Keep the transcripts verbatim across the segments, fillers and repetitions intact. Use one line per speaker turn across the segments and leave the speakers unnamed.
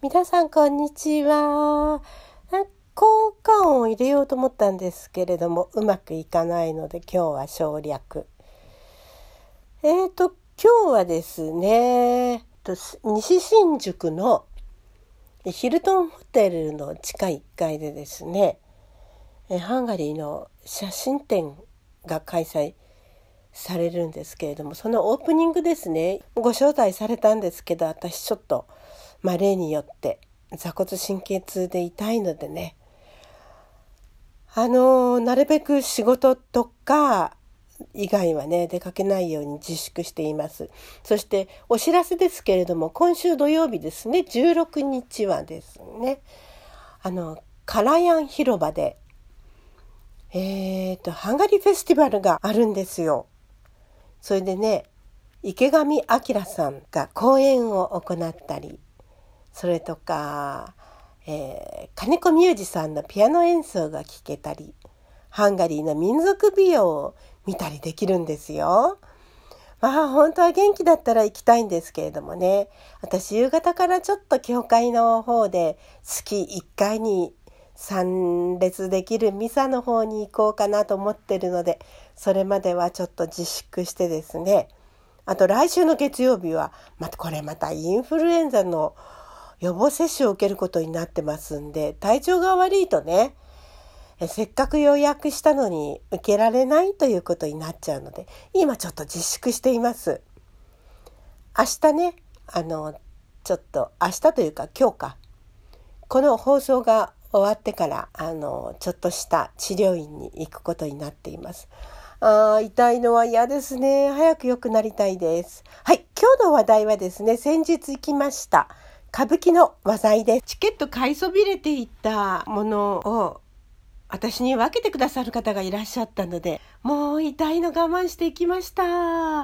皆さんこんにちは。効果音を入れようと思ったんですけれどもうまくいかないので今日は省略。えーと今日はですね西新宿のヒルトンホテルの地下いっかいでですねハンガリーの写真展が開催されるんですけれども、そのオープニングですねご招待されたんですけど、私ちょっと、まあ、例によって坐骨神経痛で痛いのでねあのなるべく仕事とか以外はね出かけないように自粛しています。そしてお知らせですけれども、今週土曜日ですねじゅうろくにちはですねあのカラヤン広場でえーとハンガリーフェスティバルがあるんですよ。それでね池上彰さんが講演を行ったり、それとか、えー、金子ミュージさんのピアノ演奏が聴けたり、ハンガリーの民族美容を見たりできるんですよ。まあ本当は元気だったら行きたいんですけれどもね、私夕方からちょっと教会の方で月いっかいに参列できるミサの方に行こうかなと思ってるので、それまではちょっと自粛してですね、あと来週の月曜日はまたこれまたインフルエンザの予防接種を受けることになってますんで、体調が悪いとねえせっかく予約したのに受けられないということになっちゃうので、今ちょっと自粛しています。明日ねあのちょっと明日というか今日かこの放送が終わってからあのちょっとした治療院に行くことになっています。あー痛いのは嫌ですね。早く良くなりたいです。はい、今日の話題はですね、先日行きました歌舞伎の話題です。チケット買いそびれていたものを私に分けてくださる方がいらっしゃったので、もう痛いの我慢していきました。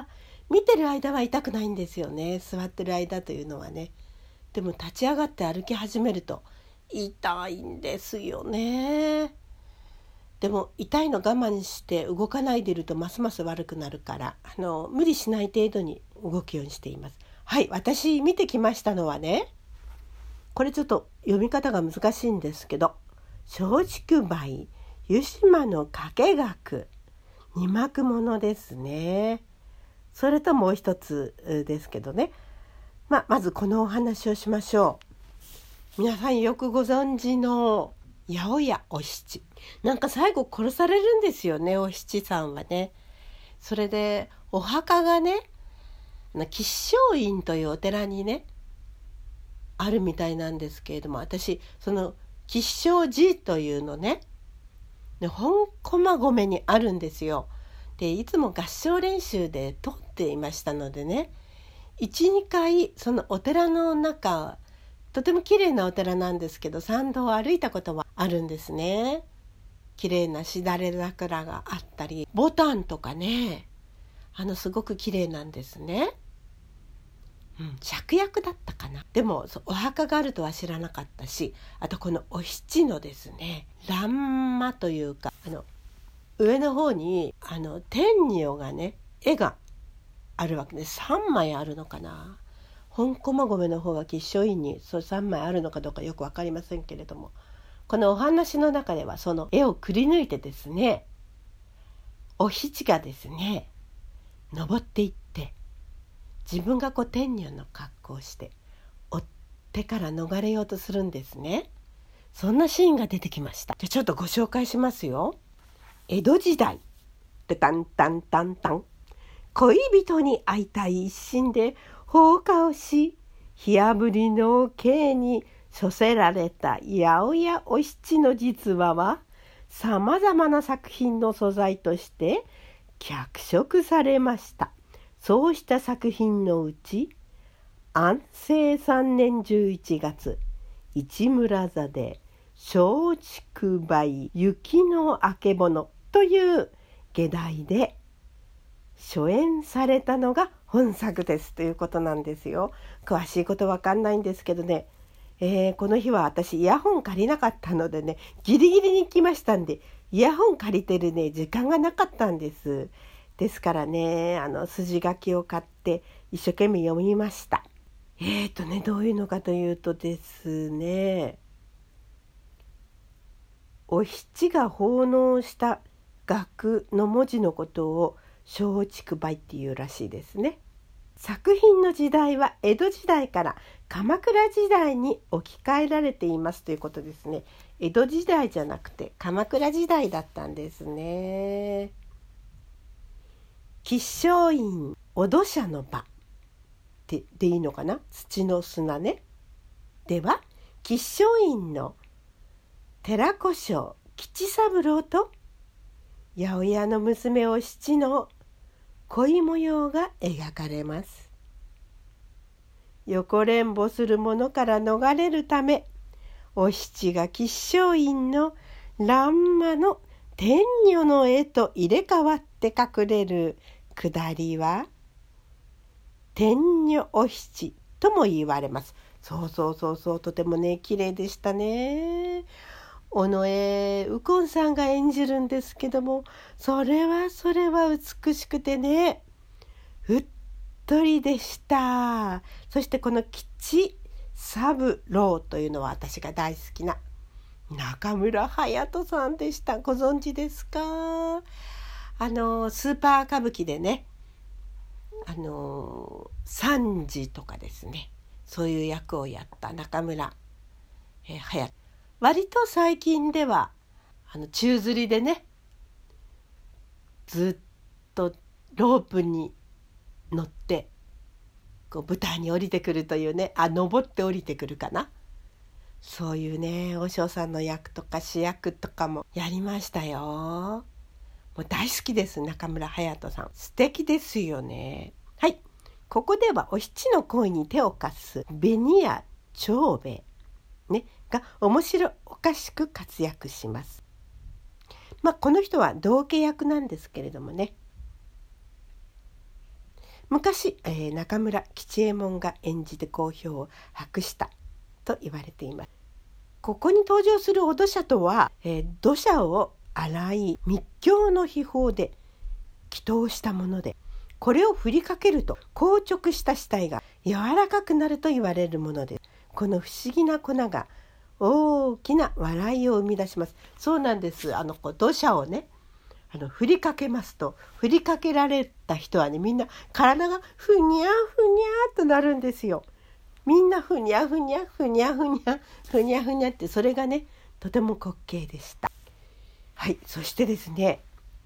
見てる間は痛くないんですよね、座ってる間というのはね。でも立ち上がって歩き始めると痛いんですよね。でも痛いの我慢して動かないでいるとますます悪くなるから、あの無理しない程度に動くようにしています。はい、私見てきましたのはね、これちょっと読み方が難しいんですけど、松竹梅湯島の掛学二幕ものですね。それともう一つですけどね、まあ、まずこのお話をしましょう。皆さんよくご存知の八百屋お七、なんか最後殺されるんですよね、お七さんはね。それでお墓がね吉祥院というお寺にねあるみたいなんですけれども、私その吉祥寺というのね本駒込にあるんですよ。でいつも合唱練習で通っていましたのでね、いち、にかいそのお寺の中、とても綺麗なお寺なんですけど、参道を歩いたことはあるんですね。綺麗なしだれ桜があったり、ボタンとかね、あのすごく綺麗なんですね。うん、芍薬だったかな。でもお墓があるとは知らなかったし、あとこのお七のですね欄間というか、あの上の方にあの天女がね絵があるわけでさんまいあるのかな。本駒込の方は吉祥院にそうさんまいあるのかどうかよく分かりませんけれども、このお話の中ではその絵をくり抜いてですね、お七がですね登っていって自分がこう天女の格好をして追っ手から逃れようとするんですね。そんなシーンが出てきました。じゃちょっとご紹介しますよ。江戸時代、タンタンタンタン、恋人に会いたい一心で放火をし、火あぶりの刑に処せられた八百屋お七の実話は、さまざまな作品の素材として脚色されました。そうした作品のうち、安政さんねんじゅういちがつ、市村座で松竹梅雪のあけぼのという下題で初演されたのが本作ですということなんですよ。詳しいことわかんないんですけどね、えー、この日は私イヤホン借りなかったのでね、ギリギリに来ましたんで、イヤホン借りてるね時間がなかったんです。ですからね、あの筋書きを買って一生懸命読みました。 えーとねどういうのかというとですね、お七が奉納した額の文字のことを松竹梅っていうらしいですね。作品の時代は江戸時代から鎌倉時代に置き換えられていますということですね。江戸時代じゃなくて鎌倉時代だったんですね。吉祥院お土砂の場で, でいいのかな、土の砂ね。では吉祥院の寺子庄吉三郎と八百屋の娘お七の恋模様が描かれます。横連母する者から逃れるため、お七が吉祥院の欄間の天女の絵と入れ替わって隠れるくだりは天女お七とも言われます。そうそうそうそう、とてもね綺麗でしたね。尾上右近さんが演じるんですけども、それはそれは美しくてね、うっとりでした。そしてこの吉三郎というのは私が大好きな中村隼人さんでした。ご存知ですか？あのスーパー歌舞伎でね、あの三次とかですね、そういう役をやった中村隼人、割と最近ではあの宙吊りでね、ずっとロープに乗ってこう舞台に降りてくるというね、あ登って降りてくるかな、そういうね和尚さんの役とか主役とかもやりましたよ。もう大好きです、中村隼人さん。素敵ですよね。はい、ここではお七の恋に手を貸す紅谷長兵衛ねが面白おかしく活躍します。まあこの人は道家役なんですけれどもね、昔、えー、中村吉右衛門が演じて好評を博したと言われています。ここに登場するお土砂とは、えー、土砂を洗い密教の秘法で祈祷したもので、これを振りかけると硬直した死体が柔らかくなると言われるものです。この不思議な粉が大きな笑いを生み出します。そうなんです。あのこう土砂をねあの振りかけますと、振りかけられた人はねみんな体がふにゃふにゃとなるんですよ。みんなふにゃふにゃふにゃふにゃふにゃふにゃって、それがねとても滑稽でした。はい、そしてですね、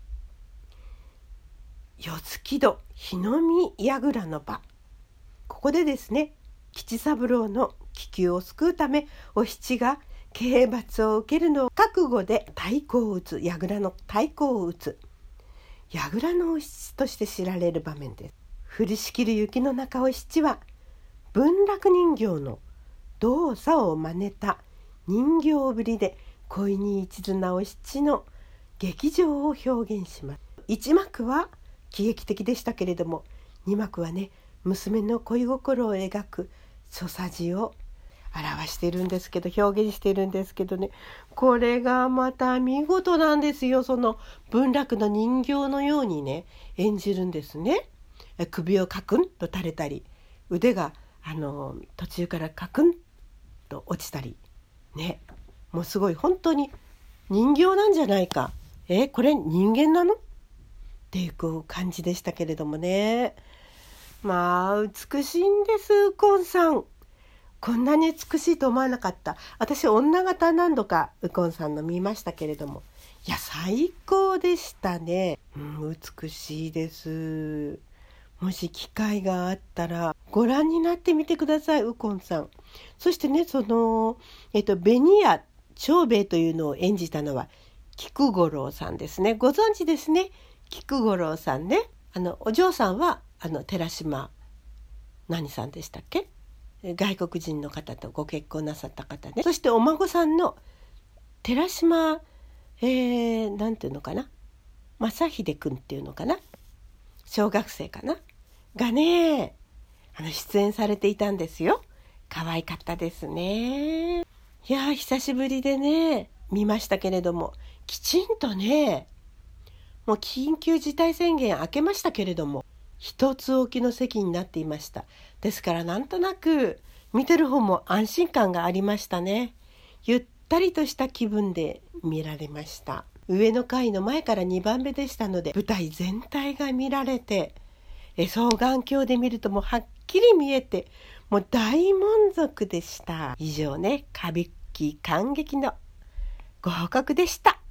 四月戸日の見櫓の場、ここでですね吉三郎の気球を救うためお七が刑罰を受けるのを覚悟で太鼓を打つ、櫓の太鼓を打つ櫓のお七として知られる場面です。降りしきる雪の中、お七は文楽人形の動作を真似た人形ぶりで恋に一途なお七の劇場を表現します。一幕は喜劇的でしたけれども、二幕はね娘の恋心を描く所作事を表しているんですけど、表現しているんですけどね、これがまた見事なんですよ。その文楽の人形のようにね演じるんですね。首をカクンと垂れたり、腕があの途中からカクンと落ちたりね、もうすごい本当に人形なんじゃないか、えこれ人間なのっていう感じでしたけれどもね。まあ美しいんです、右近さん。こんなに美しいと思わなかった。私女形何度か右近さんの見ましたけれども、いや最高でしたね、うん、美しいです。もし機会があったらご覧になってみてください、右近さん。そしてね、その、えっと、紅谷長兵衛というのを演じたのは菊五郎さんですね。ご存知ですね、菊五郎さんね。あのお嬢さんはあの寺島何さんでしたっけ、外国人の方とご結婚なさった方ね。そしてお孫さんの寺島、えー、なんていうのかな、正秀くんっていうのかな、小学生かながねあの出演されていたんですよ。可愛かったですね。いや久しぶりでね見ましたけれども、きちんとね、もう緊急事態宣言明けましたけれども一つ置きの席になっていました。 ですからなんとなく見てる方も安心感がありましたね。ゆったりとした気分で見られました。上の階の前からにばんめでしたので舞台全体が見られて、双眼鏡で見るともうはっきり見えて、もう大満足でした。以上ね、歌舞伎観劇のご報告でした。